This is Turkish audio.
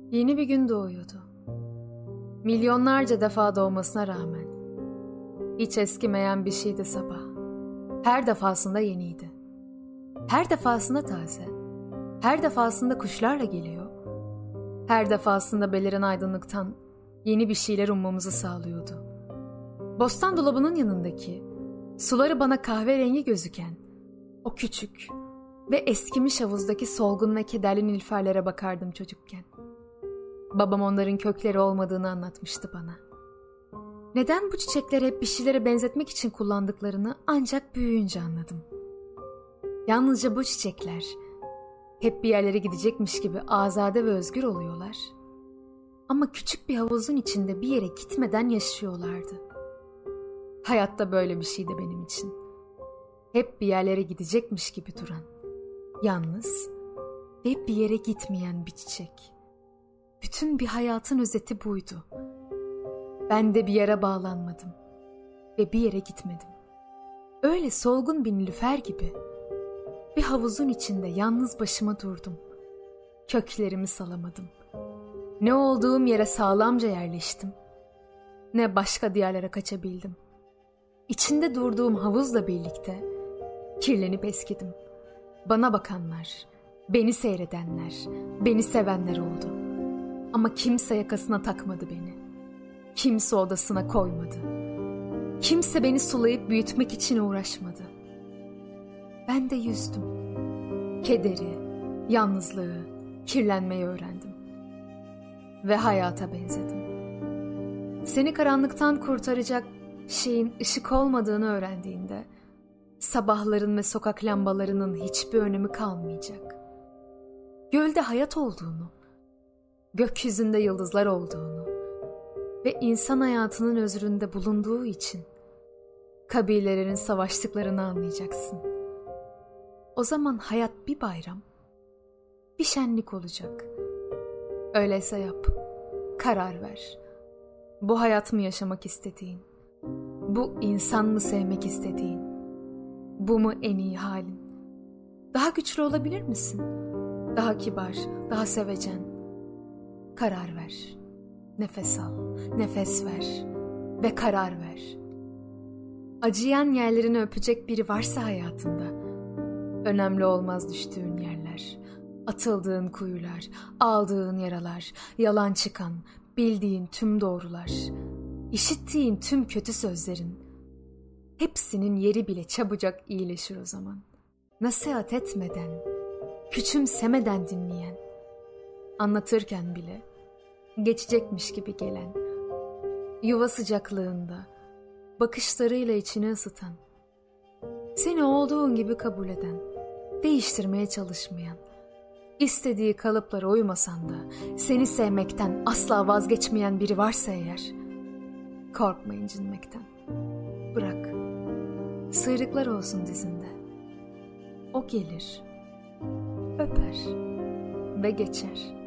Yeni bir gün doğuyordu. Milyonlarca defa doğmasına rağmen hiç eskimeyen bir şeydi sabah. Her defasında yeniydi. Her defasında taze. Her defasında kuşlarla geliyor. Her defasında beliren aydınlıktan yeni bir şeyler ummamızı sağlıyordu. Bostan dolabının yanındaki, suları bana kahverengi gözüken o küçük ve eskimiş havuzdaki solgun ve kederli nilüferlere bakardım çocukken. Babam onların kökleri olmadığını anlatmıştı bana. Neden bu çiçekleri hep bir şeylere benzetmek için kullandıklarını ancak büyüyünce anladım. Yalnızca bu çiçekler hep bir yerlere gidecekmiş gibi azade ve özgür oluyorlar. Ama küçük bir havuzun içinde bir yere gitmeden yaşıyorlardı. Hayatta böyle bir şeydi benim için. Hep bir yerlere gidecekmiş gibi duran, yalnız ve bir yere gitmeyen bir çiçek. Bütün bir hayatın özeti buydu. Ben de bir yere bağlanmadım ve bir yere gitmedim. Öyle solgun bir nilüfer gibi bir havuzun içinde yalnız başıma durdum. Köklerimi salamadım. Ne olduğum yere sağlamca yerleştim, ne başka diyarlara kaçabildim. İçinde durduğum havuzla birlikte kirlenip eskidim. Bana bakanlar, beni seyredenler, beni sevenler oldu. Ama kimse yakasına takmadı beni. Kimse odasına koymadı. Kimse beni sulayıp büyütmek için uğraşmadı. Ben de yüzdüm. Kederi, yalnızlığı, kirlenmeyi öğrendim. Ve hayata benzedim. Seni karanlıktan kurtaracak şeyin ışık olmadığını öğrendiğinde, sabahların ve sokak lambalarının hiçbir önemi kalmayacak. Gölde hayat olduğunu, gökyüzünde yıldızlar olduğunu ve insan hayatının özründe bulunduğu için kabilelerin savaştıklarını anlayacaksın. O zaman hayat bir bayram, bir şenlik olacak. Öyleyse yap, karar ver. Bu hayat mı yaşamak istediğin? Bu insan mı sevmek istediğin? Bu mu en iyi halin? Daha güçlü olabilir misin? Daha kibar, daha sevecen. Karar ver. Nefes al, nefes ver ve karar ver. Acıyan yerlerini öpecek biri varsa hayatında, önemli olmaz düştüğün yerler, atıldığın kuyular, aldığın yaralar, yalan çıkan, bildiğin tüm doğrular, işittiğin tüm kötü sözlerin, hepsinin yeri bile çabucak iyileşir o zaman. Nasihat etmeden, küçümsemeden dinleyen, anlatırken bile geçecekmiş gibi gelen, yuva sıcaklığında bakışlarıyla içini ısıtan, seni olduğun gibi kabul eden, değiştirmeye çalışmayan, istediği kalıplara uymasan da seni sevmekten asla vazgeçmeyen biri varsa eğer, korkma incinmekten. Bırak, sıyrıklar olsun dizinde. O gelir, öper ve geçer.